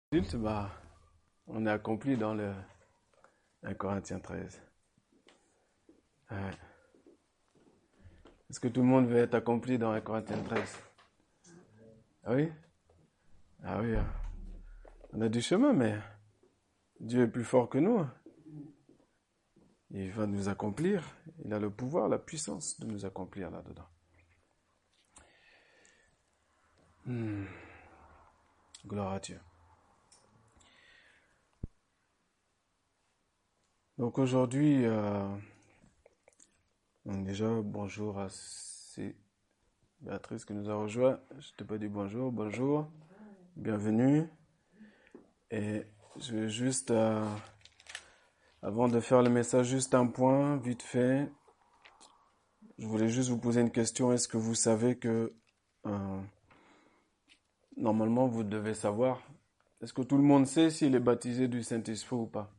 Adulte, on est accompli dans le 1 Corinthiens 13. Ouais. Est-ce que tout le monde veut être accompli dans 1 Corinthiens 13? Ah oui? Ah oui. On a du chemin, mais Dieu est plus fort que nous. Il va nous accomplir. Il a le pouvoir, la puissance de nous accomplir là-dedans. Gloire à Dieu. Donc aujourd'hui, donc déjà, bonjour à Béatrice qui nous a rejoint. Je t'ai pas dit bonjour, bonjour, bienvenue. Et je vais juste, avant de faire le message, juste un point, vite fait. Je voulais juste vous poser une question. Est-ce que vous savez que, normalement, vous devez savoir, est-ce que tout le monde sait s'il est baptisé du Saint-Esprit ou pas?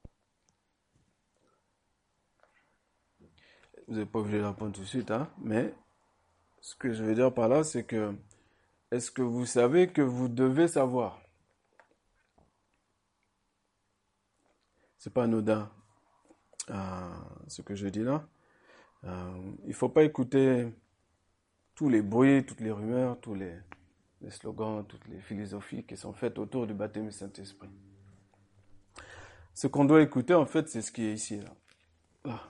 Vous n'êtes pas obligé de répondre tout de suite, hein, mais ce que je veux dire par là, c'est que, est-ce que vous savez que vous devez savoir? C'est pas anodin, ce que je dis là. Il faut pas écouter tous les bruits, toutes les rumeurs, tous les slogans, toutes les philosophies qui sont faites autour du baptême du Saint-Esprit. Ce qu'on doit écouter, en fait, c'est ce qui est ici, là.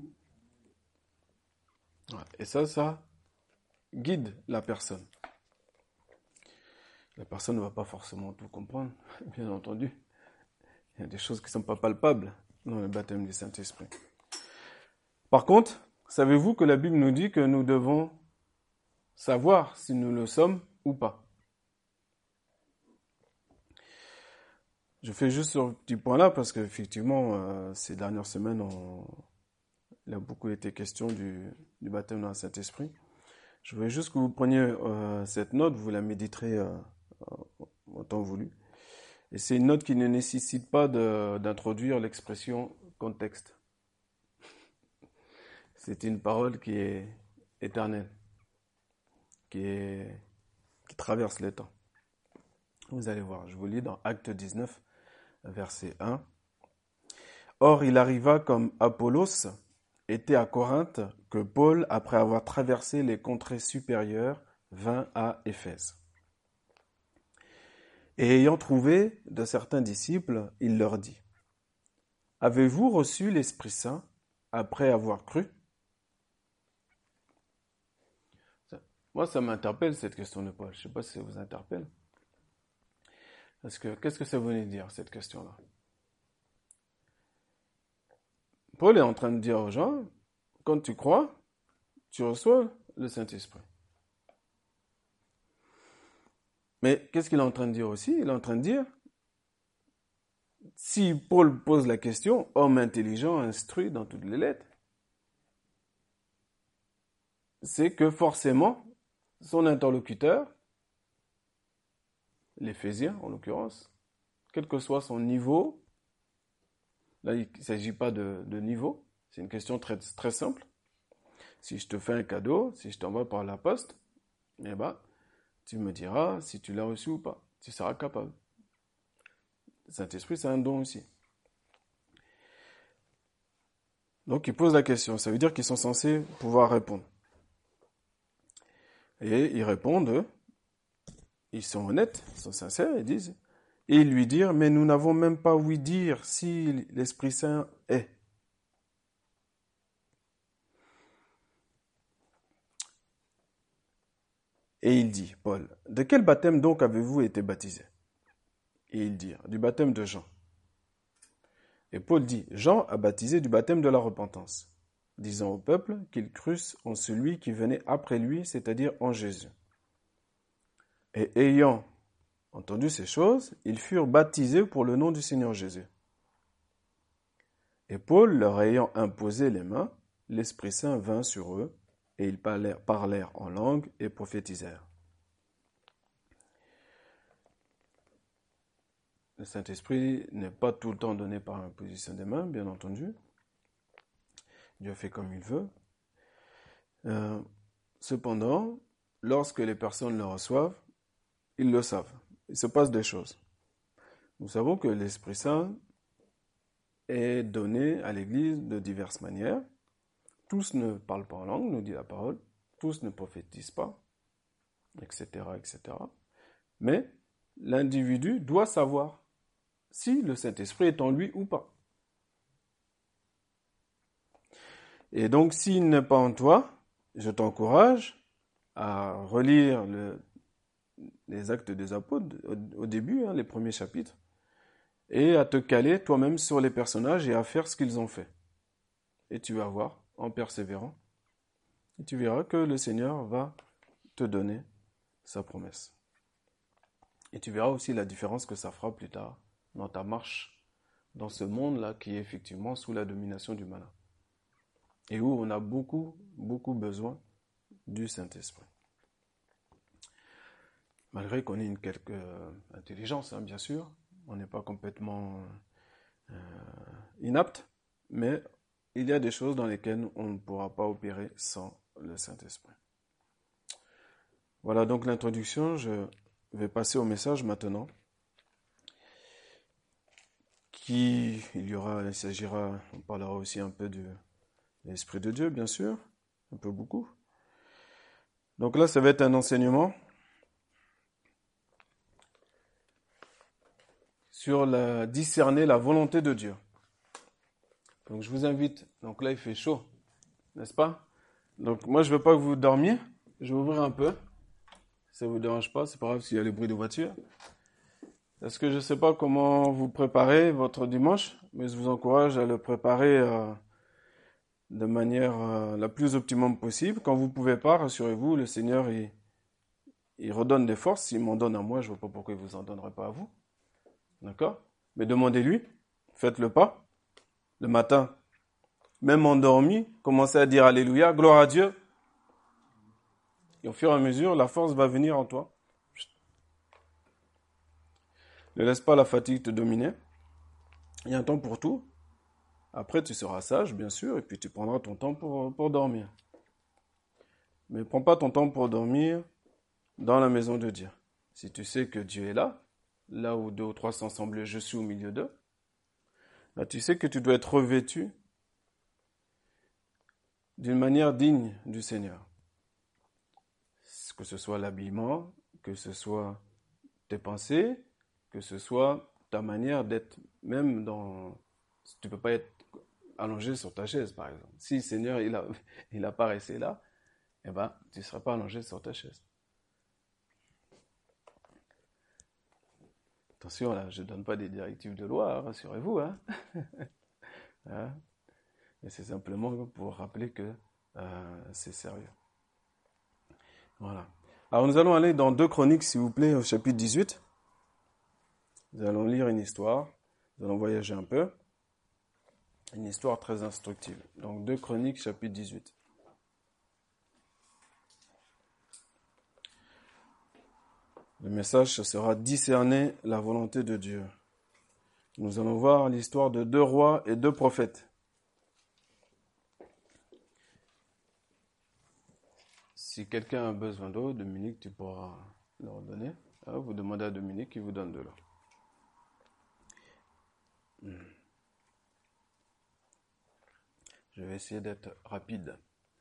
Et ça guide la personne. La personne ne va pas forcément tout comprendre, bien entendu. Il y a des choses qui ne sont pas palpables dans le baptême du Saint-Esprit. Par contre, savez-vous que la Bible nous dit que nous devons savoir si nous le sommes ou pas? Je fais juste ce petit point-là parce qu'effectivement, ces dernières semaines, il a beaucoup été question du baptême dans le Saint-Esprit. Je voulais juste que vous preniez cette note, vous la méditerez en temps voulu. Et c'est une note qui ne nécessite pas d'introduire l'expression contexte. C'est une parole qui est éternelle, qui traverse les temps. Vous allez voir, je vous lis dans Acte 19, verset 1. Or, il arriva comme Apollos était à Corinthe que Paul, après avoir traversé les contrées supérieures, vint à Éphèse. Et ayant trouvé de certains disciples, il leur dit: Avez-vous reçu l'Esprit Saint après avoir cru? Moi, ça m'interpelle cette question de Paul. Je ne sais pas si ça vous interpelle. Parce que qu'est-ce que ça voulait dire, cette question-là? Paul est en train de dire aux gens, quand tu crois, tu reçois le Saint-Esprit. Mais qu'est-ce qu'il est en train de dire aussi? Il est en train de dire, si Paul pose la question, homme intelligent, instruit dans toutes les lettres, c'est que forcément, son interlocuteur, l'Éphésien en l'occurrence, quel que soit son niveau, là il ne s'agit pas de niveau, c'est une question très, très simple. Si je te fais un cadeau, si je t'envoie par la poste, eh ben, tu me diras si tu l'as reçu ou pas. Tu seras capable. Le Saint-Esprit, c'est un don aussi. Donc, ils posent la question. Ça veut dire qu'ils sont censés pouvoir répondre. Et ils répondent, ils sont honnêtes, ils sont sincères, ils disent. Et ils lui dirent, mais nous n'avons même pas ouï dire si l'Esprit Saint est. Et il dit, Paul, de quel baptême donc avez-vous été baptisé? Et ils dirent, du baptême de Jean. Et Paul dit, Jean a baptisé du baptême de la repentance, disant au peuple qu'ils crussent en celui qui venait après lui, c'est-à-dire en Jésus. Et ayant entendu ces choses, ils furent baptisés pour le nom du Seigneur Jésus. Et Paul, leur ayant imposé les mains, l'Esprit Saint vint sur eux, et ils parlèrent en langue et prophétisèrent. Le Saint-Esprit n'est pas tout le temps donné par imposition des mains, bien entendu. Dieu fait comme il veut. Cependant, lorsque les personnes le reçoivent, ils le savent. Il se passe des choses. Nous savons que l'Esprit Saint est donné à l'Église de diverses manières. Tous ne parlent pas en langue, nous dit la parole. Tous ne prophétisent pas, etc., etc. Mais l'individu doit savoir si le Saint-Esprit est en lui ou pas. Et donc, s'il n'est pas en toi, je t'encourage à relire les Actes des Apôtres au début, les premiers chapitres, et à te caler toi-même sur les personnages et à faire ce qu'ils ont fait. Et tu vas voir, en persévérant, et tu verras que le Seigneur va te donner sa promesse. Et tu verras aussi la différence que ça fera plus tard dans ta marche dans ce monde-là qui est effectivement sous la domination du malin. Et où on a beaucoup, beaucoup besoin du Saint-Esprit. Malgré qu'on ait une quelque intelligence, bien sûr, on n'est pas complètement inapte, mais il y a des choses dans lesquelles on ne pourra pas opérer sans le Saint-Esprit. Voilà donc l'introduction, je vais passer au message maintenant. On parlera aussi un peu de l'Esprit de Dieu, bien sûr, un peu beaucoup. Donc là, ça va être un enseignement sur discerner la volonté de Dieu. Donc je vous invite, donc là il fait chaud, n'est-ce pas? Donc moi je ne veux pas que vous dormiez, je vais ouvrir un peu, si ça ne vous dérange pas, c'est pas grave s'il y a les bruits de voiture. Parce que je ne sais pas comment vous préparez votre dimanche, mais je vous encourage à le préparer de manière la plus optimum possible. Quand vous ne pouvez pas, rassurez-vous, le Seigneur il redonne des forces. S'il m'en donne à moi, je ne vois pas pourquoi il ne vous en donnerait pas à vous. D'accord? Mais demandez-lui, faites-le pas. Le matin, même endormi, commencez à dire Alléluia, gloire à Dieu. Et au fur et à mesure, la force va venir en toi. Ne laisse pas la fatigue te dominer. Il y a un temps pour tout. Après, tu seras sage, bien sûr, et puis tu prendras ton temps pour dormir. Mais prends pas ton temps pour dormir dans la maison de Dieu. Si tu sais que Dieu est là où 2 ou 3 sont assemblés, je suis au milieu d'eux, là tu sais que tu dois être revêtu d'une manière digne du Seigneur. Que ce soit l'habillement, que ce soit tes pensées, que ce soit ta manière d'être, même dans... Tu ne peux pas être allongé sur ta chaise, par exemple. Si le Seigneur, il apparaissait là, eh ben, tu ne seras pas allongé sur ta chaise. Attention, là, je ne donne pas des directives de loi, rassurez-vous. Hein. Mais c'est simplement pour rappeler que c'est sérieux. Voilà. Alors, nous allons aller dans 2 Chroniques, s'il vous plaît, au chapitre 18. Nous allons lire une histoire. Nous allons voyager un peu. Une histoire très instructive. Donc, 2 Chroniques, chapitre 18. Le message, ce sera discerner la volonté de Dieu. Nous allons voir l'histoire de 2 rois et 2 prophètes. Si quelqu'un a besoin d'eau, Dominique, tu pourras leur donner. Vous demandez à Dominique, il vous donne de l'eau. Je vais essayer d'être rapide,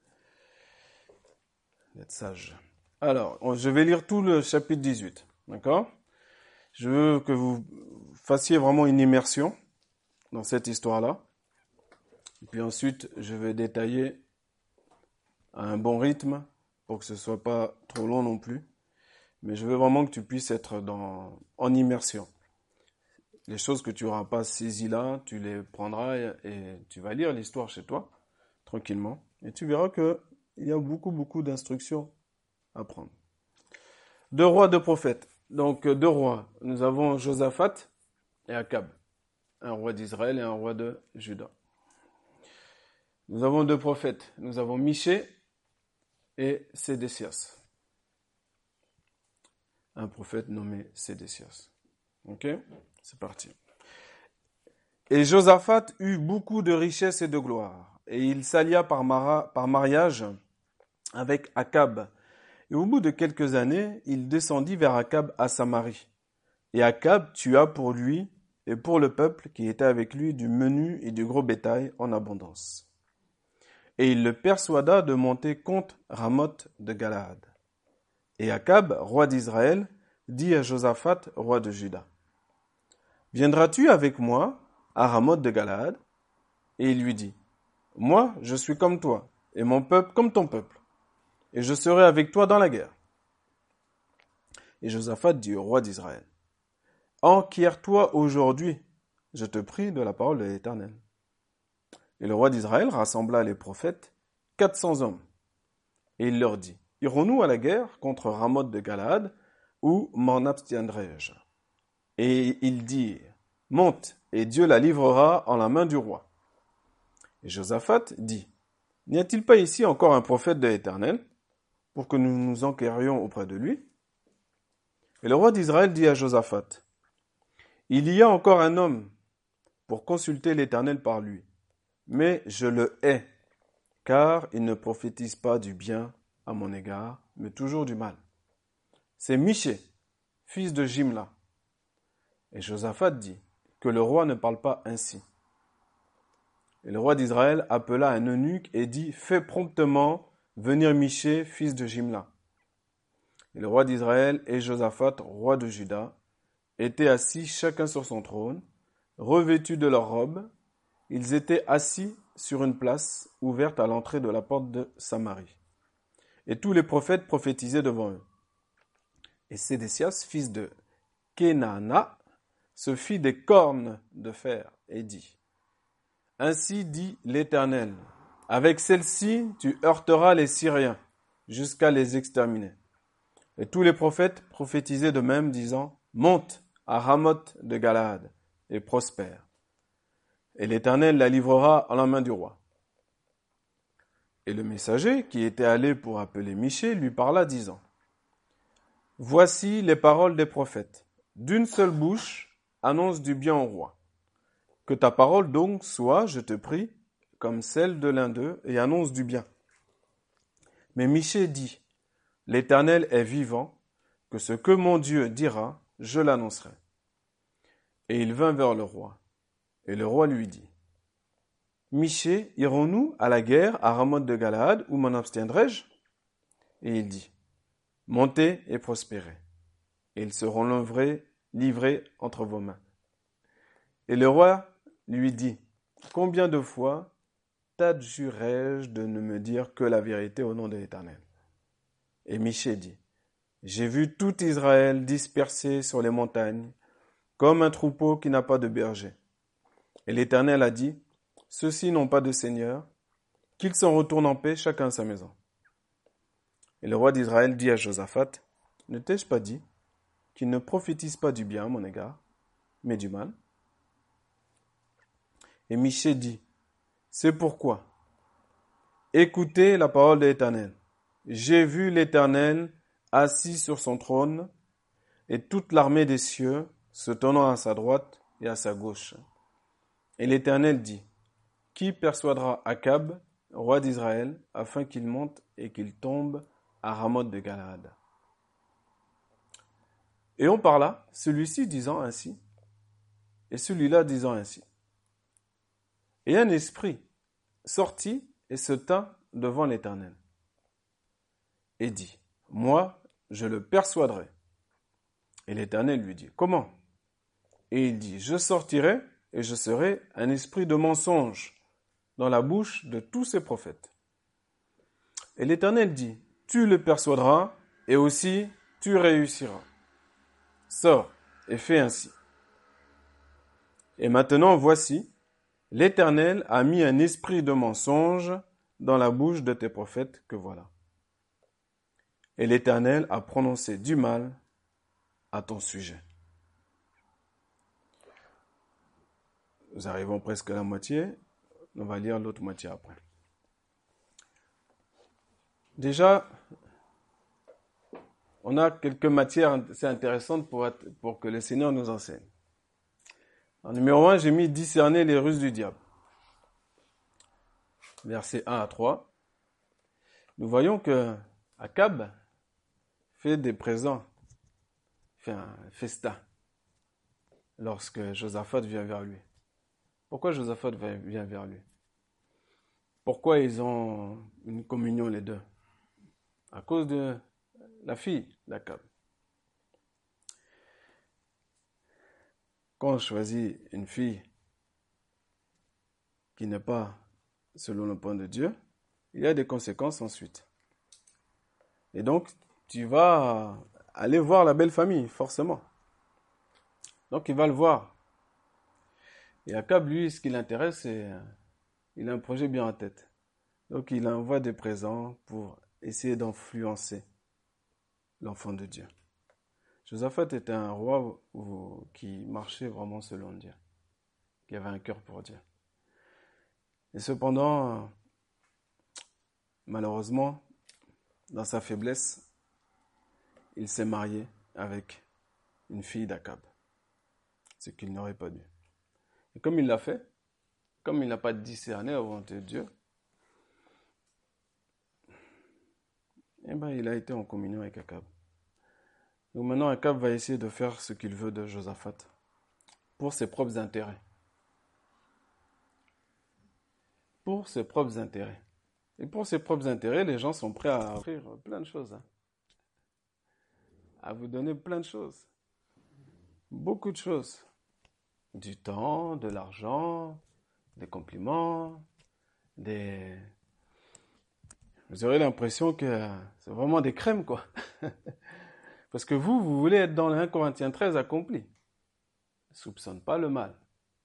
d'être sage. Alors, je vais lire tout le chapitre 18, d'accord? Je veux que vous fassiez vraiment une immersion dans cette histoire-là. Et puis ensuite, je vais détailler à un bon rythme pour que ce ne soit pas trop long non plus. Mais je veux vraiment que tu puisses être en immersion. Les choses que tu n'auras pas saisies là, tu les prendras et tu vas lire l'histoire chez toi, tranquillement. Et tu verras qu'il y a beaucoup, beaucoup d'instructions à prendre. 2 rois, 2 prophètes. Donc, 2 rois. Nous avons Josaphat et Akab. Un roi d'Israël et un roi de Juda. Nous avons 2 prophètes. Nous avons Michée et Sédécias. Un prophète nommé Sédécias. Ok? C'est parti. Et Josaphat eut beaucoup de richesses et de gloire, et il s'allia par mariage avec Akab. Et au bout de quelques années, il descendit vers Akab à Samarie. Et Akab tua pour lui et pour le peuple qui était avec lui du menu et du gros bétail en abondance. Et il le persuada de monter contre Ramoth de Galaad. Et Akab, roi d'Israël, dit à Josaphat, roi de Juda, « Viendras-tu avec moi à Ramoth de Galaad ?» Et il lui dit, « Moi, je suis comme toi, et mon peuple comme ton peuple, et je serai avec toi dans la guerre. » Et Josaphat dit au roi d'Israël, « Enquiers-toi aujourd'hui, je te prie, de la parole de l'Éternel. » Et le roi d'Israël rassembla les prophètes, 400 hommes. Et il leur dit, « Irons-nous à la guerre contre Ramoth de Galaad, ou m'en abstiendrai-je » Et ils dirent, « Monte, et Dieu la livrera en la main du roi. » Et Josaphat dit, « N'y a-t-il pas ici encore un prophète de l'Éternel, pour que nous nous enquérions auprès de lui ?» Et le roi d'Israël dit à Josaphat, « Il y a encore un homme pour consulter l'Éternel par lui, mais je le hais, car il ne prophétise pas du bien à mon égard, mais toujours du mal. C'est Michée, fils de Jimla. » Et Josaphat dit, « Que le roi ne parle pas ainsi. » Et le roi d'Israël appela un eunuque et dit, « Fais promptement venir Michée, fils de Jimla. » Et le roi d'Israël et Josaphat, roi de Juda, étaient assis chacun sur son trône, revêtus de leurs robes. Ils étaient assis sur une place ouverte à l'entrée de la porte de Samarie. Et tous les prophètes prophétisaient devant eux. Et Sédécias, fils de Kenana, se fit des cornes de fer et dit, « Ainsi dit l'Éternel, avec celle-ci tu heurteras les Syriens jusqu'à les exterminer. » Et tous les prophètes prophétisaient de même, disant, « Monte à Ramoth de Galaad et prospère. Et l'Éternel la livrera en la main du roi. » Et le messager, qui était allé pour appeler Michée, lui parla, disant, « Voici les paroles des prophètes. D'une seule bouche annonce du bien au roi. Que ta parole donc soit, je te prie, comme celle de l'un d'eux, et annonce du bien. » Mais Michée dit, « L'Éternel est vivant, que ce que mon Dieu dira, je l'annoncerai. » Et il vint vers le roi. Et le roi lui dit, « Michée, irons-nous à la guerre à Ramoth de Galaad, où m'en abstiendrai-je » Et il dit, « Montez et prospérez, et ils seront livrés entre vos mains. » Et le roi lui dit, « Combien de fois t'adjurais-je de ne me dire que la vérité au nom de l'Éternel » Et Michée dit, « J'ai vu tout Israël dispersé sur les montagnes, comme un troupeau qui n'a pas de berger. Et l'Éternel a dit, « Ceux-ci n'ont pas de seigneur, qu'ils s'en retournent en paix, chacun à sa maison. » Et le roi d'Israël dit à Josaphat, « Ne t'ai-je pas dit qu'il ne prophétise pas du bien à mon égard, mais du mal ?» Et Michée dit, « C'est pourquoi, écoutez la parole de l'Éternel. J'ai vu l'Éternel assis sur son trône, et toute l'armée des cieux se tenant à sa droite et à sa gauche. » Et l'Éternel dit, « Qui persuadera Akab, roi d'Israël, afin qu'il monte et qu'il tombe à Ramoth de Galaad ?» Et on parla, celui-ci disant ainsi, et celui-là disant ainsi. Et un esprit sortit et se tint devant l'Éternel, et dit, « Moi, je le persuaderai. » Et l'Éternel lui dit, « Comment ?» Et il dit, « Je sortirai et je serai un esprit de mensonge dans la bouche de tous ces prophètes. » Et l'Éternel dit, « Tu le persuaderas et aussi tu réussiras. Sors et fais ainsi. » Et maintenant, voici, l'Éternel a mis un esprit de mensonge dans la bouche de tes prophètes que voilà. Et l'Éternel a prononcé du mal à ton sujet. Nous arrivons presque à la moitié. On va lire l'autre moitié après. Déjà, on a quelques matières assez intéressantes pour que le Seigneur nous enseigne. En numéro 1, j'ai mis discerner les ruses du diable. Versets 1 à 3. Nous voyons que Akab fait des présents, fait un festin. lorsque Josaphat vient vers lui. Pourquoi Josaphat vient vers lui? Pourquoi ils ont une communion les deux? À cause de la fille d'Akab. Quand on choisit une fille qui n'est pas selon le plan de Dieu, il y a des conséquences ensuite. Et donc, tu vas aller voir la belle famille, forcément. Donc, il va le voir. Et Akab, lui, ce qui l'intéresse, c'est il a un projet bien en tête. Donc, il envoie des présents pour essayer d'influencer l'enfant de Dieu. Josaphat était un roi qui marchait vraiment selon Dieu, qui avait un cœur pour Dieu. Et cependant, malheureusement, dans sa faiblesse, il s'est marié avec une fille d'Akab, ce qu'il n'aurait pas dû. Et comme il l'a fait, comme il n'a pas discerné la volonté de Dieu, il a été en communion avec Akab. Donc maintenant, Akab va essayer de faire ce qu'il veut de Josaphat pour ses propres intérêts. Pour ses propres intérêts. Et pour ses propres intérêts, les gens sont prêts à offrir plein de choses. À vous donner plein de choses. Beaucoup de choses. Du temps, de l'argent, des compliments, Vous aurez l'impression que c'est vraiment des crèmes, quoi. Parce que vous voulez être dans le 1 Corinthiens 13 accompli. Ne soupçonne pas le mal.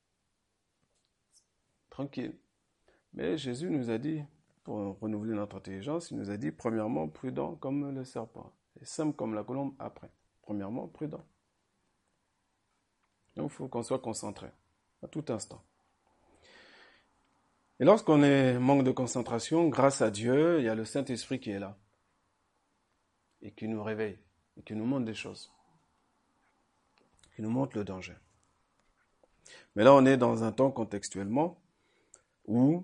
Tranquille. Mais Jésus nous a dit, pour renouveler notre intelligence, il nous a dit, premièrement, prudent comme le serpent. Et simple comme la colombe après. Premièrement, prudent. Donc, il faut qu'on soit concentré à tout instant. Et lorsqu'on est manque de concentration, grâce à Dieu, il y a le Saint-Esprit qui est là. Et qui nous réveille. Et qui nous montre des choses. Qui nous montre le danger. Mais là, on est dans un temps contextuellement où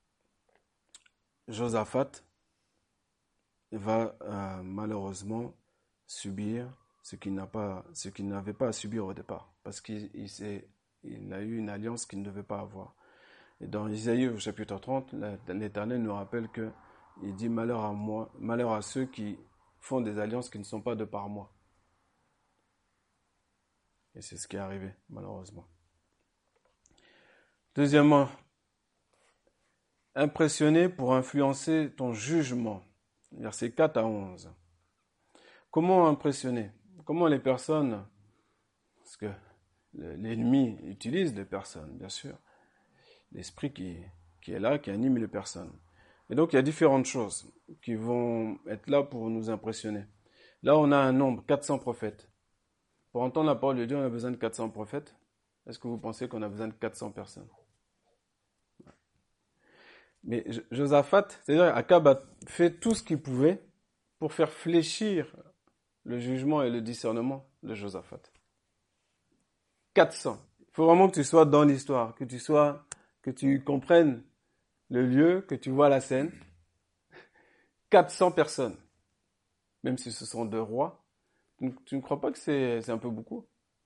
Josaphat va malheureusement subir ce qu'il n'avait pas à subir au départ. Parce qu'il a eu une alliance qu'il ne devait pas avoir. Et dans Isaïe au chapitre 30, l'Éternel nous rappelle que il dit malheur à moi, malheur à ceux qui font des alliances qui ne sont pas de par moi. Et c'est ce qui est arrivé, malheureusement. Deuxièmement, impressionner pour influencer ton jugement. Versets 4 à 11. Comment impressionner? Comment les personnes, parce que l'ennemi utilise les personnes, bien sûr, l'esprit qui est là, qui anime les personnes. Et donc, il y a différentes choses qui vont être là pour nous impressionner. Là, on a un nombre, 400 prophètes. Pour entendre la parole de Dieu, on a besoin de 400 prophètes. Est-ce que vous pensez qu'on a besoin de 400 personnes? Mais Josaphat, c'est-à-dire Akab a fait tout ce qu'il pouvait pour faire fléchir le jugement et le discernement de Josaphat. 400. Il faut vraiment que tu sois dans l'histoire, que tu comprennes le lieu, que tu vois la scène. 400 personnes. Même si ce sont deux rois. Tu ne crois pas que c'est un peu beaucoup?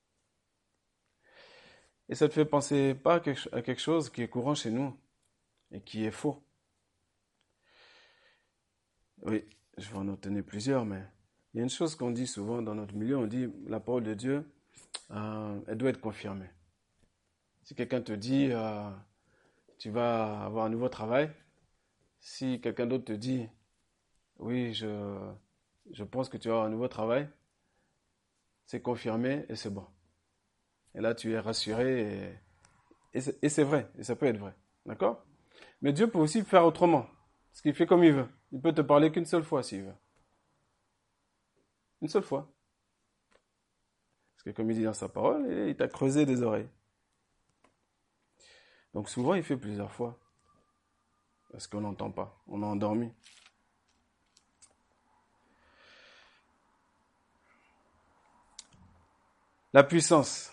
Et ça te fait penser pas à quelque chose qui est courant chez nous et qui est faux. Oui, je vais en donner plusieurs, mais il y a une chose qu'on dit souvent dans notre milieu, on dit la parole de Dieu, elle doit être confirmée. Si quelqu'un te dit tu vas avoir un nouveau travail, si quelqu'un d'autre te dit oui, je pense que tu vas avoir un nouveau travail, c'est confirmé et c'est bon. Et là, tu es rassuré et c'est vrai, et ça peut être vrai. D'accord? Mais Dieu peut aussi faire autrement, parce qu'il fait comme il veut. Il peut te parler qu'une seule fois s'il veut. Une seule fois. Parce que comme il dit dans sa parole, il t'a creusé des oreilles. Donc souvent, il fait plusieurs fois. Parce qu'on n'entend pas. On a endormi. La puissance.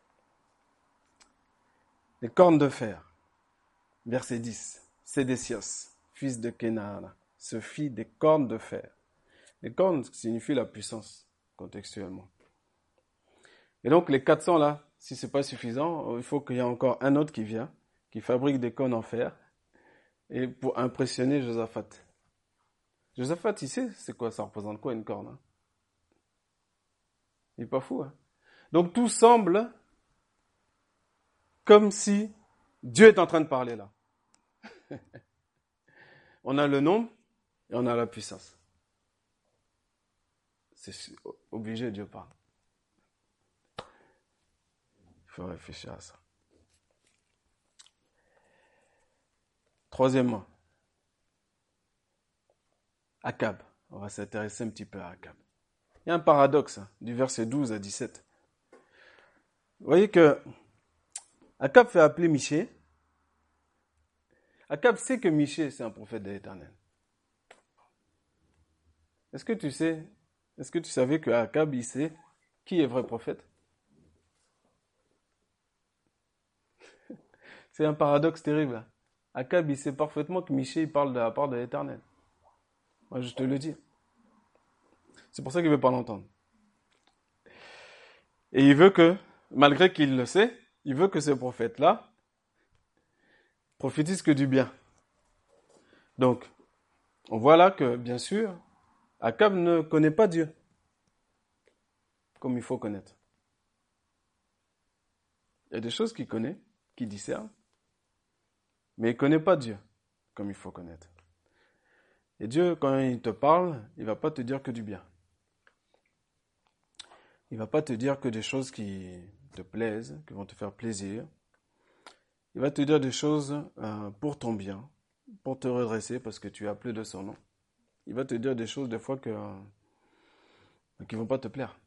Les cornes de fer. Verset 10. Sédécios, fils de Kénaana, se fit des cornes de fer. Les cornes signifient la puissance, contextuellement. Et donc les 400 là, Si ce n'est pas suffisant, il faut qu'il y ait encore un autre qui vient, qui fabrique des cônes en fer, et pour impressionner Josaphat. Josaphat, il sait c'est quoi, ça représente quoi une corne, hein? Il n'est pas fou, hein? Donc tout semble comme si Dieu est en train de parler là. On a le nombre et on a la puissance. C'est obligé, Dieu parle. Il faut réfléchir à ça. Troisièmement, Akab. On va s'intéresser un petit peu à Akab. Il y a un paradoxe, hein, du verset 12 à 17. Vous voyez que Akab fait appeler Michée. Akab sait que Michée, c'est un prophète de l'Éternel. Est-ce que tu savais que Akab, il sait qui est vrai prophète? C'est un paradoxe terrible. Akab, il sait parfaitement que Michée, il parle de la part de l'Éternel. Moi, je te le dis. C'est pour ça qu'il ne veut pas l'entendre. Et il veut que, malgré qu'il le sait, il veut que ce prophète-là prophétise que du bien. Donc, on voit là que, bien sûr, Akab ne connaît pas Dieu comme il faut connaître. Il y a des choses qu'il connaît, qu'il discerne, mais il ne connaît pas Dieu comme il faut connaître. Et Dieu, quand il te parle, il ne va pas te dire que du bien. Il ne va pas te dire que des choses qui te plaisent, qui vont te faire plaisir. Il va te dire des choses pour ton bien, pour te redresser parce que tu as appelé de son nom. Il va te dire des choses des fois qui ne vont pas te plaire.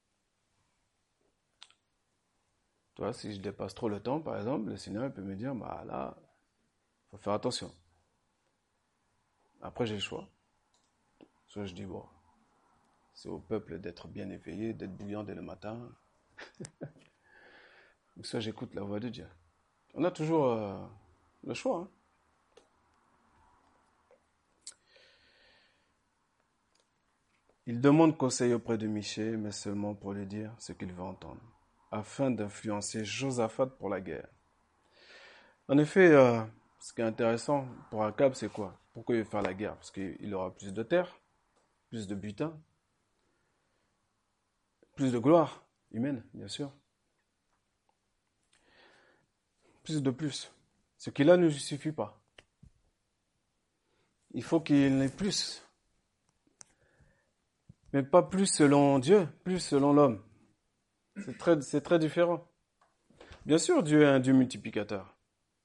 Toi, si je dépasse trop le temps, par exemple, le Seigneur peut me dire, bah là, il faut faire attention. Après, j'ai le choix. Soit je dis, bon, c'est au peuple d'être bien éveillé, d'être bouillant dès le matin. Ou soit j'écoute la voix de Dieu. On a toujours le choix, hein. Il demande conseil auprès de Michée, mais seulement pour lui dire ce qu'il veut entendre, afin d'influencer Josaphat pour la guerre. En effet, ce qui est intéressant pour Akab, c'est quoi? Pourquoi il veut faire la guerre? Parce qu'il aura plus de terre, plus de butin, plus de gloire humaine, bien sûr. Plus de plus. Ce qu'il a ne lui suffit pas. Il faut qu'il ait plus. Mais pas plus selon Dieu, plus selon l'homme. C'est très différent. Bien sûr, Dieu est un Dieu multiplicateur.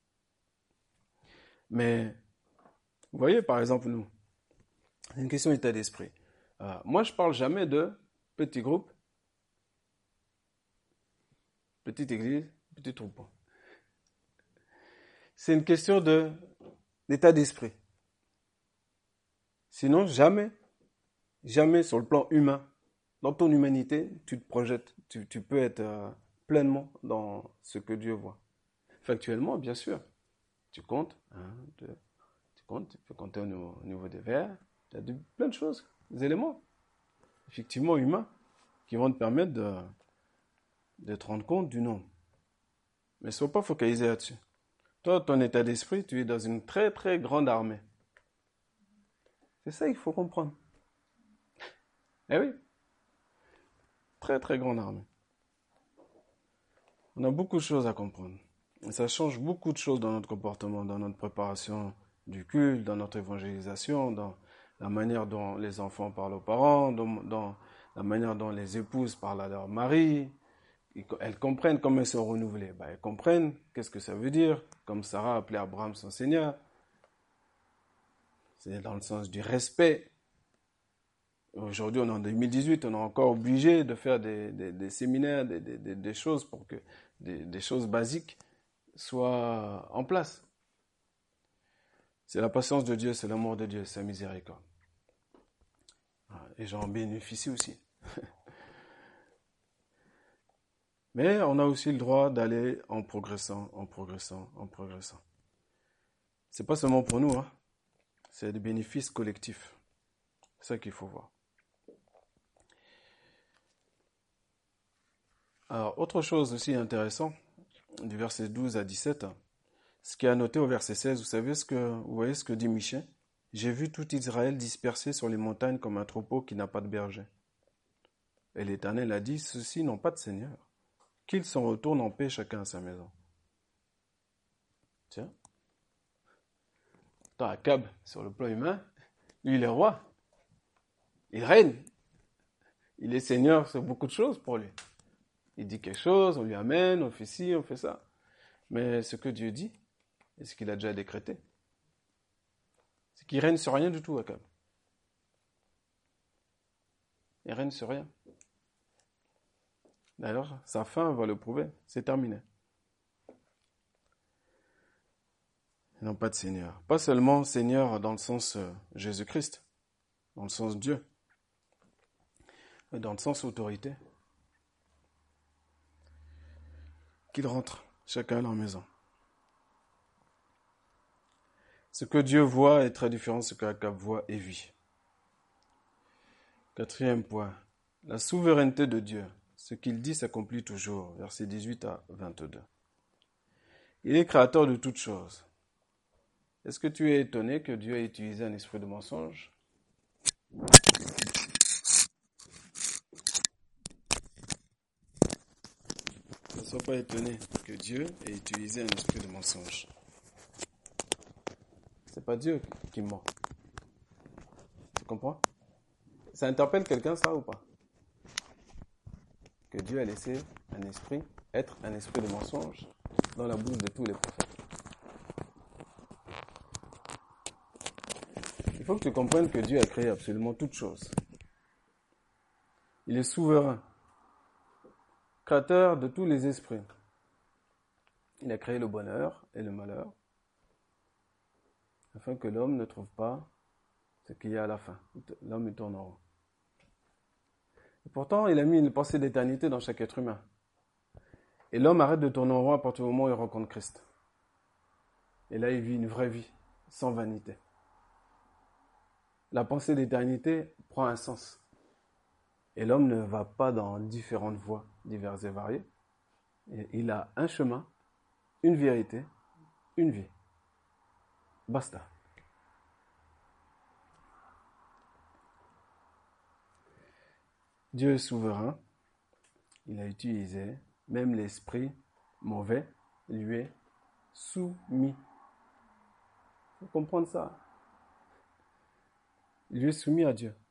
Mais, vous voyez, par exemple, nous, c'est une question d'état d'esprit. Moi, je parle jamais de petit groupe, petite église, petit troupeau. C'est une question d'état d'esprit. Sinon, jamais sur le plan humain, dans ton humanité, tu te projettes, tu peux être pleinement dans ce que Dieu voit. Factuellement, bien sûr, tu comptes, 1, 2, tu comptes, tu peux compter au niveau des vers, il y a plein de choses, des éléments, effectivement humains, qui vont te permettre de te rendre compte du nombre. Mais ne sois pas focalisé là-dessus. Toi, ton état d'esprit, tu es dans une très très grande armée. C'est ça qu'il faut comprendre. Eh oui, très très grande armée. On a beaucoup de choses à comprendre. Et ça change beaucoup de choses dans notre comportement, dans notre préparation du culte, dans notre évangélisation, dans la manière dont les enfants parlent aux parents, dans la manière dont les épouses parlent à leur mari. Elles comprennent comment elles sont renouvelées. Elles comprennent qu'est-ce que ça veut dire, comme Sarah appelait Abraham son Seigneur. C'est dans le sens du respect. Aujourd'hui, on est en 2018, on est encore obligé de faire des séminaires, des choses pour que des choses basiques soient en place. C'est la patience de Dieu, c'est l'amour de Dieu, c'est la miséricorde. Et j'en bénéficie aussi. Mais on a aussi le droit d'aller en progressant. C'est pas seulement pour nous, hein. C'est des bénéfices collectifs. C'est ça qu'il faut voir. Alors, autre chose aussi intéressante, du verset 12 à 17, ce qui est noté au verset 16, vous voyez ce que dit Michée? J'ai vu tout Israël dispersé sur les montagnes comme un troupeau qui n'a pas de berger. Et l'Éternel a dit, ceux-ci n'ont pas de Seigneur. Qu'ils s'en retournent en paix chacun à sa maison. Tiens. Tant Akab, sur le plan humain, lui il est roi. Il règne. Il est Seigneur sur beaucoup de choses pour lui. Il dit quelque chose, on lui amène, on fait ci, on fait ça. Mais ce que Dieu dit, et ce qu'il a déjà décrété, c'est qu'il règne sur rien du tout, Akab. Il règne sur rien. D'ailleurs, sa fin va le prouver. C'est terminé. Ils n'ont pas de Seigneur. Pas seulement Seigneur dans le sens Jésus-Christ, dans le sens Dieu, mais dans le sens autorité. Qu'ils rentrent, chacun à leur maison. Ce que Dieu voit est très différent de ce qu'Akab voit et vit. Quatrième point, la souveraineté de Dieu. Ce qu'il dit s'accomplit toujours. Versets 18 à 22. Il est créateur de toutes choses. Est-ce que tu es étonné que Dieu ait utilisé un esprit de mensonge? Ne sois pas étonné que Dieu ait utilisé un esprit de mensonge. C'est pas Dieu qui ment. Tu comprends? Ça interpelle quelqu'un, ça, ou pas? Que Dieu a laissé être un esprit de mensonge dans la bouche de tous les prophètes. Il faut que tu comprennes que Dieu a créé absolument toutes choses. Il est souverain, créateur de tous les esprits. Il a créé le bonheur et le malheur, afin que l'homme ne trouve pas ce qu'il y a à la fin. L'homme il tourne en rond. Et pourtant, il a mis une pensée d'éternité dans chaque être humain. Et l'homme arrête de tourner en rond à partir du moment où il rencontre Christ. Et là, il vit une vraie vie, sans vanité. La pensée d'éternité prend un sens. Et l'homme ne va pas dans différentes voies diverses et variées. Et il a un chemin, une vérité, une vie. Basta. Dieu est souverain. Il a utilisé, même l'esprit mauvais lui est soumis. Il faut comprendre ça. Il lui est soumis à Dieu.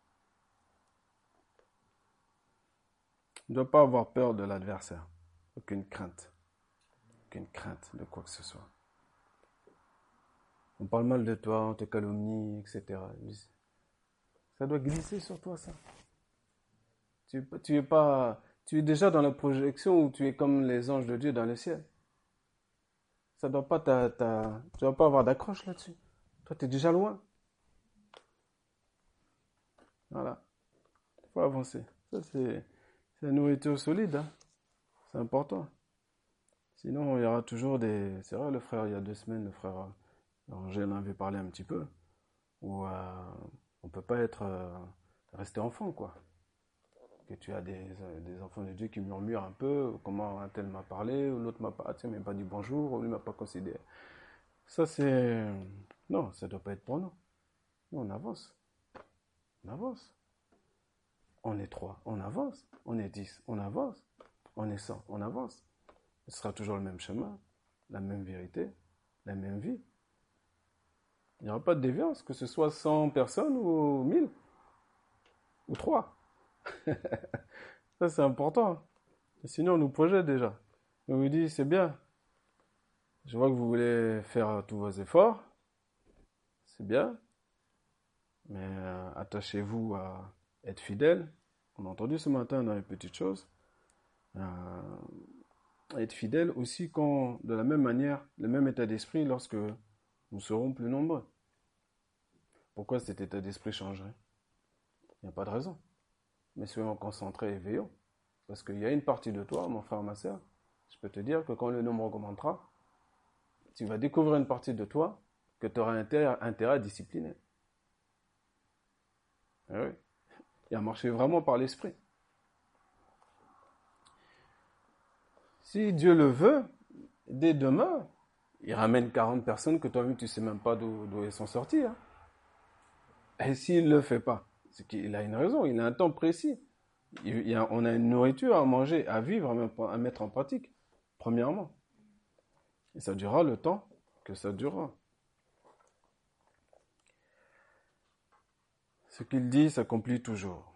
Il ne doit pas avoir peur de l'adversaire. Aucune crainte. Aucune crainte de quoi que ce soit. On parle mal de toi, on te calomnie, etc. Ça doit glisser sur toi, ça. Tu es déjà dans la projection où tu es comme les anges de Dieu dans le ciel. Ça doit pas tu dois pas avoir d'accroche là-dessus. Toi, tu es déjà loin. Voilà. Il faut avancer. Ça, c'est la nourriture solide. Hein. C'est important. Sinon, il y aura toujours des... C'est vrai, le frère, il y a 2 semaines, le frère Angèle en avait parlé un petit peu. Où on peut pas rester enfant, quoi. Que tu as des enfants de Dieu qui murmurent un peu, comment un tel m'a parlé, ou l'autre m'a pas, tiens, mais pas dit bonjour, ou lui m'a pas considéré. Ça, c'est... Non, ça doit pas être pour nous. Nous, on avance. On avance. On est 3, on avance. On est 10, on avance. On est 100, on avance. Ce sera toujours le même chemin, la même vérité, la même vie. Il n'y aura pas de déviance, que ce soit 100 personnes ou 1000 ou 3. Ça, c'est important. Sinon, on nous projette déjà. On nous dit, c'est bien. Je vois que vous voulez faire tous vos efforts. C'est bien. Mais attachez-vous à être fidèle. On a entendu ce matin dans les petites choses. Être fidèle aussi quand, de la même manière, le même état d'esprit lorsque nous serons plus nombreux. Pourquoi cet état d'esprit changerait? Il n'y a pas de raison. Mais soyons concentrés et veillons. Parce qu'il y a une partie de toi, mon frère, ma soeur, je peux te dire que quand le nombre augmentera, tu vas découvrir une partie de toi que tu auras intérêt à discipliner. Et oui. Et à marcher vraiment par l'esprit. Si Dieu le veut, dès demain, il ramène 40 personnes que toi-même tu ne sais même pas d'où elles sont sorties. Hein. Et s'il ne le fait pas, c'est qu'il a une raison, il a un temps précis. On a une nourriture à manger, à vivre, à mettre en pratique, premièrement. Et ça durera le temps que ça durera. Ce qu'il dit s'accomplit toujours.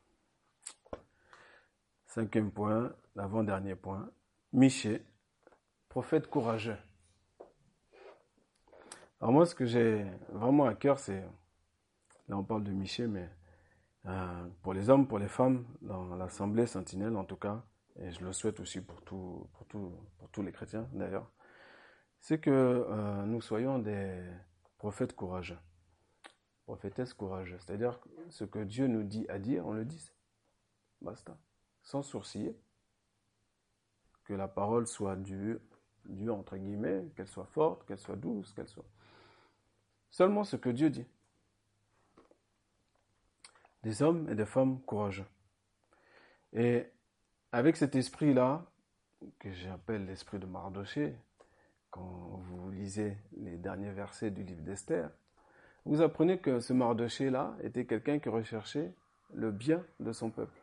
5e point, l'avant-dernier point. Michée, prophète courageux. Alors moi, ce que j'ai vraiment à cœur, c'est, là on parle de Michée, mais pour les hommes, pour les femmes, dans l'Assemblée Sentinelle en tout cas, et je le souhaite aussi pour tous les chrétiens d'ailleurs, c'est que nous soyons des prophètes courageux, prophétesses courageuses. C'est-à-dire que ce que Dieu nous dit à dire, on le dise. Basta. Sans sourciller. Que la parole soit dure entre guillemets, qu'elle soit forte, qu'elle soit douce, qu'elle soit... Seulement ce que Dieu dit. Des hommes et des femmes courageux. Et avec cet esprit-là, que j'appelle l'esprit de Mardochée, quand vous lisez les derniers versets du livre d'Esther, vous apprenez que ce Mardochée-là était quelqu'un qui recherchait le bien de son peuple.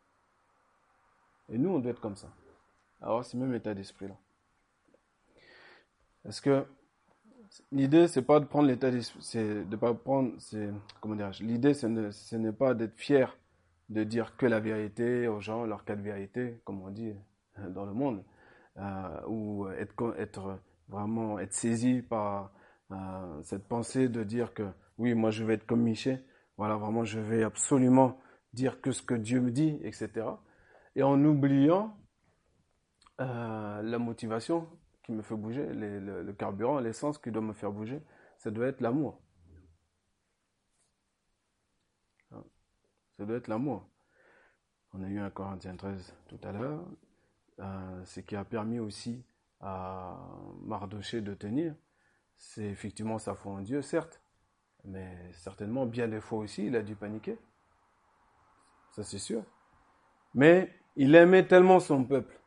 Et nous, on doit être comme ça. Alors, c'est le même état d'esprit-là. Parce que l'idée, c'est pas de prendre l'état d'esprit, c'est de pas prendre, comment dirais-je, l'idée, ce n'est pas d'être fier de dire que la vérité aux gens, leur cas de vérité, comme on dit dans le monde, ou être saisi par cette pensée de dire que oui, moi je vais être comme Michée, voilà, vraiment je vais absolument dire que ce que Dieu me dit, etc. Et en oubliant la motivation qui me fait bouger, le carburant, l'essence qui doit me faire bouger, ça doit être l'amour. Ça doit être l'amour. On a eu un Corinthiens 13 tout à l'heure, ce qui a permis aussi à Mardochée de tenir, c'est effectivement sa foi en Dieu, certes, mais certainement bien des fois aussi, il a dû paniquer. Ça c'est sûr. Mais il aimait tellement son peuple.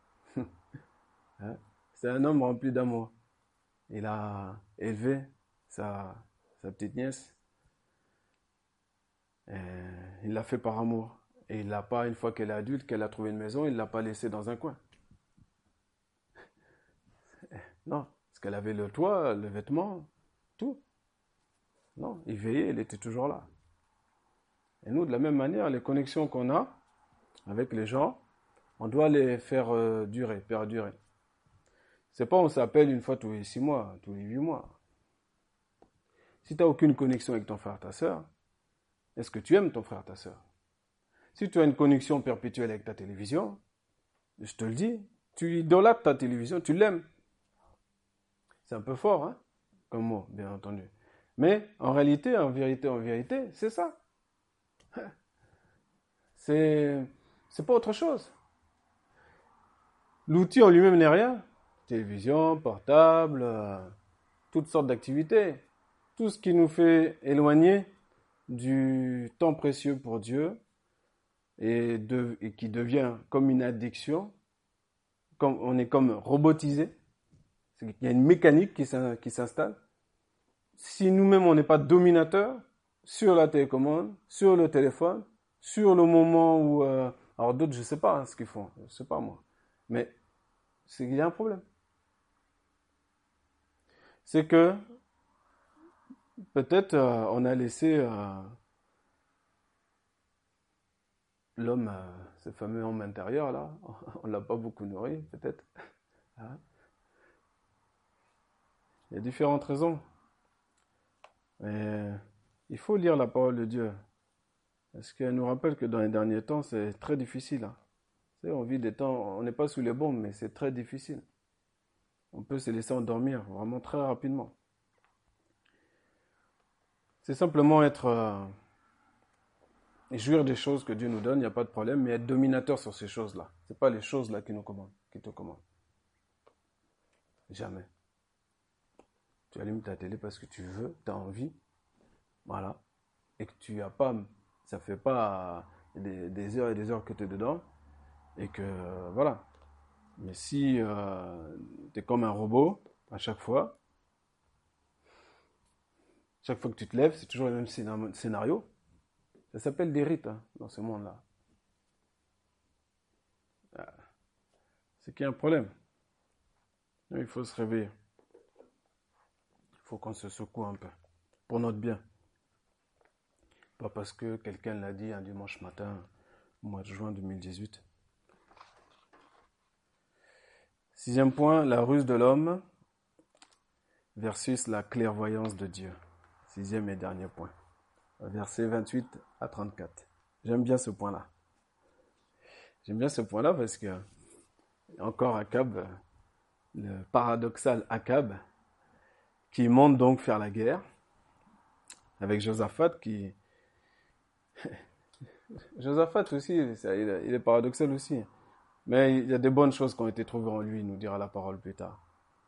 C'est un homme rempli d'amour. Il a élevé sa petite nièce. Et il l'a fait par amour. Et il l'a pas, une fois qu'elle est adulte, qu'elle a trouvé une maison, il ne l'a pas laissée dans un coin. Non, parce qu'elle avait le toit, le vêtement, tout. Non, il veillait, il était toujours là. Et nous, de la même manière, les connexions qu'on a avec les gens, on doit les faire durer, perdurer. C'est pas on s'appelle une fois tous les 6 mois, tous les 8 mois. Si tu n'as aucune connexion avec ton frère, ta soeur, est-ce que tu aimes ton frère, ta soeur? Si tu as une connexion perpétuelle avec ta télévision, je te le dis, tu idolâtres ta télévision, tu l'aimes. C'est un peu fort, hein, comme mot, bien entendu. Mais en réalité, en vérité, c'est ça. C'est pas autre chose. L'outil en lui-même n'est rien. Télévision, portable, toutes sortes d'activités. Tout ce qui nous fait éloigner du temps précieux pour Dieu et qui devient comme une addiction, on est comme robotisé. Il y a une mécanique qui s'installe. Si nous-mêmes on n'est pas dominateur sur la télécommande, sur le téléphone, sur le moment où... alors d'autres, je ne sais pas ce qu'ils font, je ne sais pas moi. Mais c'est qu'il y a un problème. C'est que peut-être on a laissé l'homme, ce fameux homme intérieur là, on ne l'a pas beaucoup nourri peut-être. Hein? Il y a différentes raisons. Mais il faut lire la parole de Dieu. Parce qu'elle nous rappelle que dans les derniers temps, c'est très difficile. Hein. On vit des temps, on n'est pas sous les bombes, mais c'est très difficile. On peut se laisser endormir vraiment très rapidement. C'est simplement jouir des choses que Dieu nous donne, il n'y a pas de problème, mais être dominateur sur ces choses-là. Ce n'est pas les choses-là qui te commandent. Jamais. Tu allumes ta télé parce que tu veux, tu as envie, voilà, et que tu as pas, ça fait pas des heures et des heures que tu es dedans, et que voilà, Mais si tu es comme un robot, à chaque fois que tu te lèves, c'est toujours le même scénario. Ça s'appelle des rites dans ce monde-là. Ah, c'est qu'il y a un problème. Il faut se réveiller. Il faut qu'on se secoue un peu. Pour notre bien. Pas parce que quelqu'un l'a dit un dimanche matin, au mois de juin 2018. Sixième point, la ruse de l'homme versus la clairvoyance de Dieu. Sixième et dernier point. Versets 28 à 34. J'aime bien ce point-là. J'aime bien ce point-là parce que, encore Akab, le paradoxal Akab, qui monte donc faire la guerre, avec Josaphat qui... Josaphat aussi, il est paradoxal aussi. Mais il y a des bonnes choses qui ont été trouvées en lui, nous dira la parole plus tard.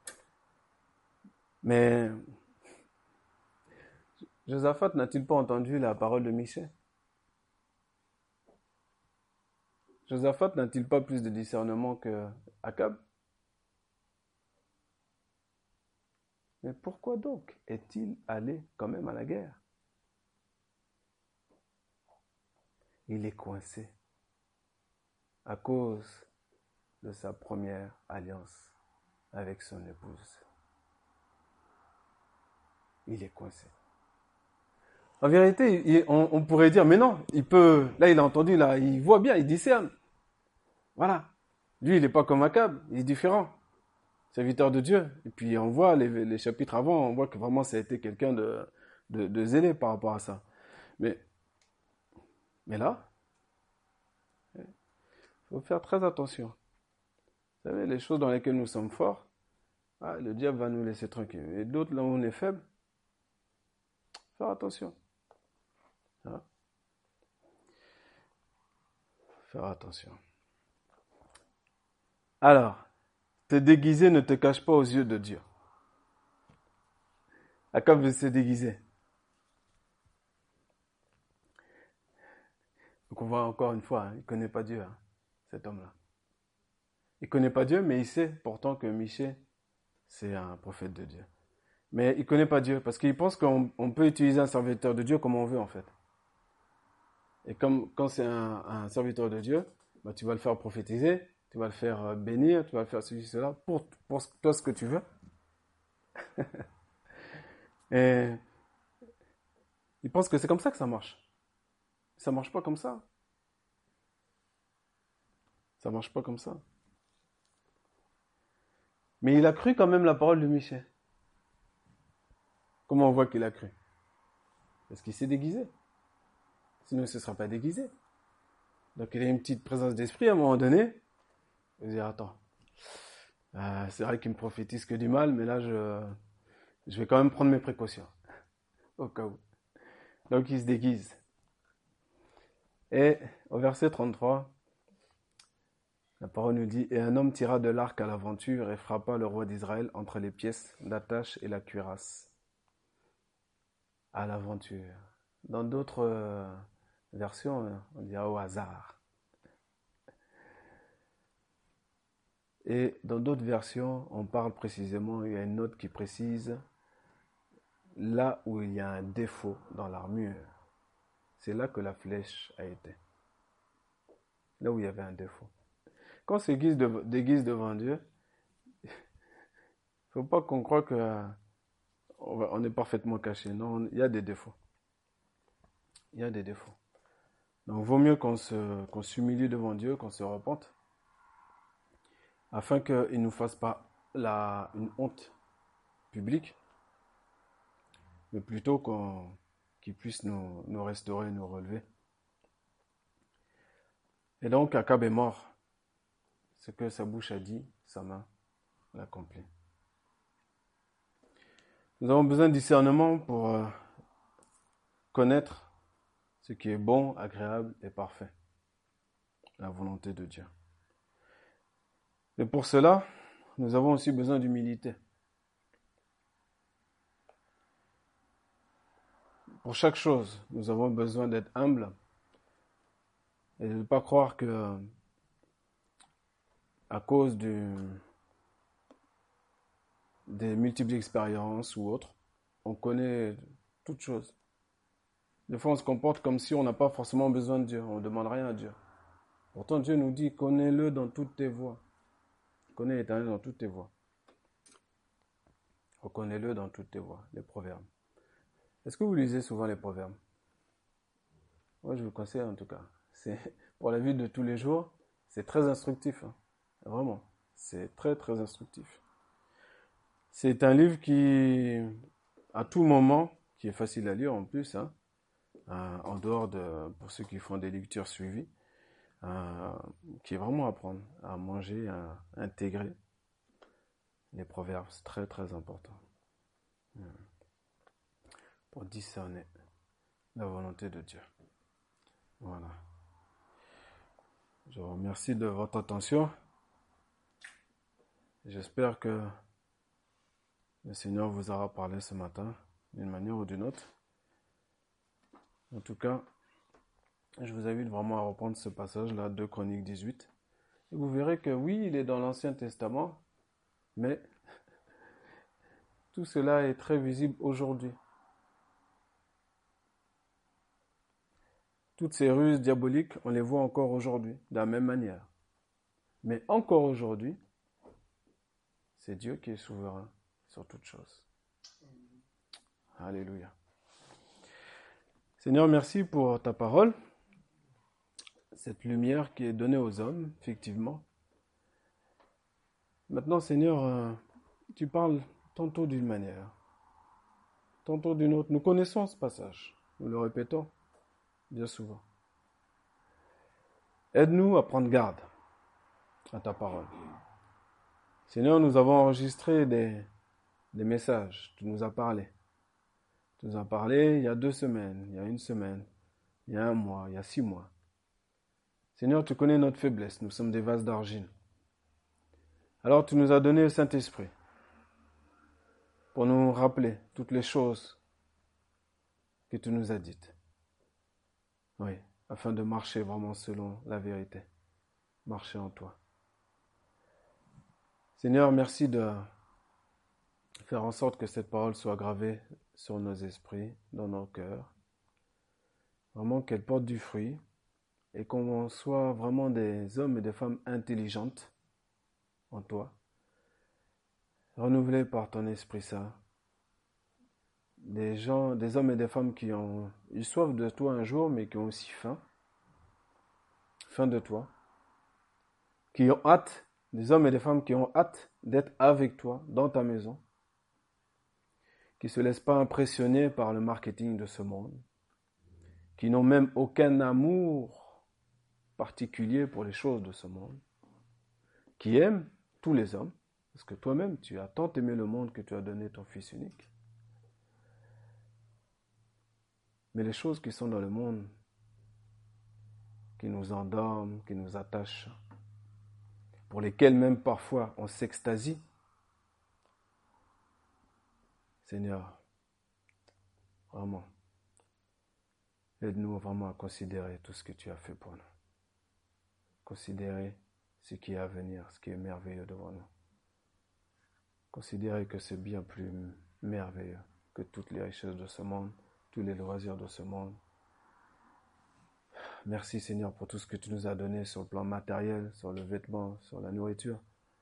Mais Josaphat n'a-t-il pas entendu la parole de Michée? Josaphat n'a-t-il pas plus de discernement que Akab? Mais pourquoi donc est-il allé quand même à la guerre? Il est coincé à cause de sa première alliance avec son épouse. Il est coincé. En vérité, on pourrait dire, mais non, il peut, là il a entendu, là, il voit bien, il discerne. Voilà. Lui, il n'est pas comme Akab, il est différent. Serviteur de Dieu. Et puis on voit les chapitres avant, on voit que vraiment ça a été quelqu'un de zélé par rapport à ça. Mais là, il faut faire très attention. Vous savez, les choses dans lesquelles nous sommes forts, le diable va nous laisser tranquilles. Et d'autres, là où on est faible, faire attention. Hein? Faire attention. Alors, te déguiser ne te cache pas aux yeux de Dieu. Akab veut se déguiser. Donc on voit encore une fois, il ne connaît pas Dieu, cet homme-là. Il ne connaît pas Dieu, mais il sait pourtant que Michée, c'est un prophète de Dieu. Mais il ne connaît pas Dieu, parce qu'il pense qu'on peut utiliser un serviteur de Dieu comme on veut, en fait. Et quand c'est un serviteur de Dieu, bah, tu vas le faire prophétiser, tu vas le faire bénir, tu vas le faire ceci, cela, pour toi ce que tu veux. Et il pense que c'est comme ça que ça marche. Ça marche pas comme ça. Ça marche pas comme ça. Mais il a cru quand même la parole de Michée. Comment on voit qu'il a cru? Parce qu'il s'est déguisé. Sinon, il ne se sera pas déguisé. Donc, il a une petite présence d'esprit à un moment donné. Il va dire, attends, c'est vrai qu'il me prophétise que du mal, mais là, je vais quand même prendre mes précautions. Au cas où. Donc, il se déguise. Et au verset 33, la parole nous dit, « Et un homme tira de l'arc à l'aventure et frappa le roi d'Israël entre les pièces d'attache et la cuirasse. » À l'aventure. Dans d'autres versions, on dit au hasard. Et dans d'autres versions, on parle précisément, il y a une note qui précise là où il y a un défaut dans l'armure. C'est là que la flèche a été. Là où il y avait un défaut. Quand on se déguise devant Dieu, il ne faut pas qu'on croie qu'on est parfaitement caché. Non, il y a des défauts. Il y a des défauts. Donc, il vaut mieux qu'on s'humilie devant Dieu, qu'on se repente, afin qu'il ne nous fasse pas une honte publique, mais plutôt qu'il puisse nous restaurer, nous relever. Et donc, Akab est mort. Ce que sa bouche a dit, sa main l'accomplit. Nous avons besoin de discernement pour connaître ce qui est bon, agréable et parfait. La volonté de Dieu. Et pour cela, nous avons aussi besoin d'humilité. Pour chaque chose, nous avons besoin d'être humbles et de ne pas croire que à cause des multiples expériences ou autres, on connaît toutes choses. Des fois, on se comporte comme si on n'a pas forcément besoin de Dieu. On ne demande rien à Dieu. Pourtant, Dieu nous dit, connais-le dans toutes tes voies. Connais l'Éternel dans toutes tes voies. Reconnais-le dans toutes tes voies, les proverbes. Est-ce que vous lisez souvent les proverbes? Moi, je vous conseille en tout cas. C'est, pour la vie de tous les jours, c'est très instructif. Hein. Vraiment, c'est très très instructif. C'est un livre qui, à tout moment, qui est facile à lire en plus, hein, en dehors de, pour ceux qui font des lectures suivies, qui est vraiment à prendre, à manger, à intégrer. Les proverbes, c'est très très important. Pour discerner la volonté de Dieu. Voilà. Je vous remercie de votre attention. J'espère que le Seigneur vous aura parlé ce matin, d'une manière ou d'une autre. En tout cas, je vous invite vraiment à reprendre ce passage-là, 2 Chroniques 18. Et vous verrez que oui, il est dans l'Ancien Testament, mais tout cela est très visible aujourd'hui. Toutes ces ruses diaboliques, on les voit encore aujourd'hui, de la même manière. Mais encore aujourd'hui, c'est Dieu qui est souverain sur toutes choses. Alléluia. Seigneur, merci pour ta parole, cette lumière qui est donnée aux hommes, effectivement. Maintenant, Seigneur, tu parles tantôt d'une manière, tantôt d'une autre. Nous connaissons ce passage, nous le répétons bien souvent. Aide-nous à prendre garde à ta parole. Seigneur, nous avons enregistré des messages, tu nous as parlé. Tu nous as parlé il y a 2 semaines, il y a 1 semaine, il y a 1 mois, il y a 6 mois. Seigneur, tu connais notre faiblesse, nous sommes des vases d'argile. Alors tu nous as donné le Saint-Esprit pour nous rappeler toutes les choses que tu nous as dites. Oui, afin de marcher vraiment selon la vérité. Marcher en toi. Seigneur, merci de faire en sorte que cette parole soit gravée sur nos esprits, dans nos cœurs. Vraiment qu'elle porte du fruit et qu'on soit vraiment des hommes et des femmes intelligentes en toi, renouvelés par ton Esprit Saint. Des hommes et des femmes qui ont eu soif de toi un jour, mais qui ont aussi faim de toi, qui ont hâte, des hommes et des femmes qui ont hâte d'être avec toi dans ta maison, qui ne se laissent pas impressionner par le marketing de ce monde, qui n'ont même aucun amour particulier pour les choses de ce monde, qui aiment tous les hommes, parce que toi-même tu as tant aimé le monde que tu as donné ton Fils unique. Mais les choses qui sont dans le monde, qui nous endorment, qui nous attachent, pour lesquelles même parfois on s'extasie, Seigneur, vraiment, aide-nous vraiment à considérer tout ce que tu as fait pour nous. Considérer ce qui est à venir, ce qui est merveilleux devant nous. Considérer que c'est bien plus merveilleux que toutes les richesses de ce monde, tous les loisirs de ce monde. Merci Seigneur pour tout ce que tu nous as donné sur le plan matériel, sur le vêtement, sur la nourriture.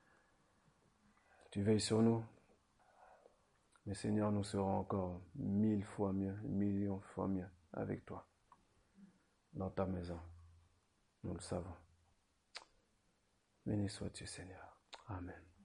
Tu veilles sur nous. Mais Seigneur, nous serons encore 1000 fois mieux, 1 000 000 fois mieux avec toi, dans ta maison. Nous le savons. Béni sois-tu Seigneur. Amen.